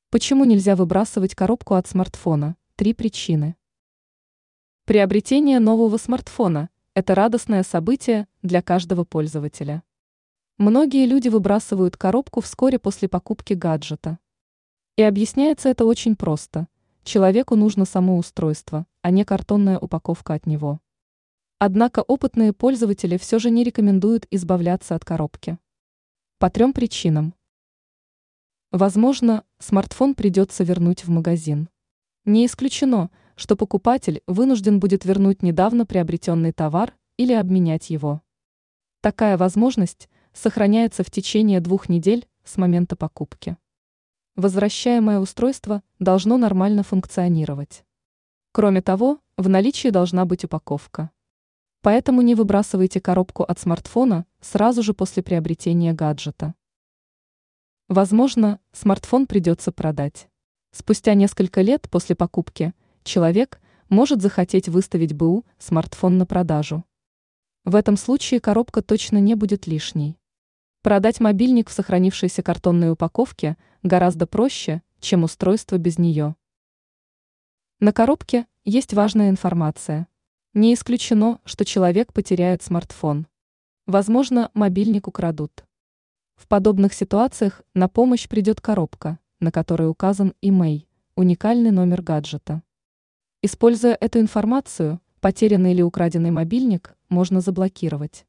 Почему нельзя выбрасывать коробку от смартфона? 3 причины. Приобретение нового смартфона – это радостное событие для каждого пользователя. Многие люди выбрасывают коробку вскоре после покупки гаджета. И объясняется это очень просто. Человеку нужно само устройство, а не картонная упаковка от него. Однако опытные пользователи все же не рекомендуют избавляться от коробки. По 3 причинам. Возможно, смартфон придется вернуть в магазин. Не исключено, что покупатель вынужден будет вернуть недавно приобретенный товар или обменять его. Такая возможность сохраняется в течение 2 недель с момента покупки. Возвращаемое устройство должно нормально функционировать. Кроме того, в наличии должна быть упаковка. Поэтому не выбрасывайте коробку от смартфона сразу же после приобретения гаджета. Возможно, смартфон придется продать. Спустя несколько лет после покупки человек может захотеть выставить БУ смартфон на продажу. В этом случае коробка точно не будет лишней. Продать мобильник в сохранившейся картонной упаковке гораздо проще, чем устройство без нее. На коробке есть важная информация. Не исключено, что человек потеряет смартфон. Возможно, мобильник украдут. В подобных ситуациях на помощь придет коробка, на которой указан имей, уникальный номер гаджета. Используя эту информацию, потерянный или украденный мобильник можно заблокировать.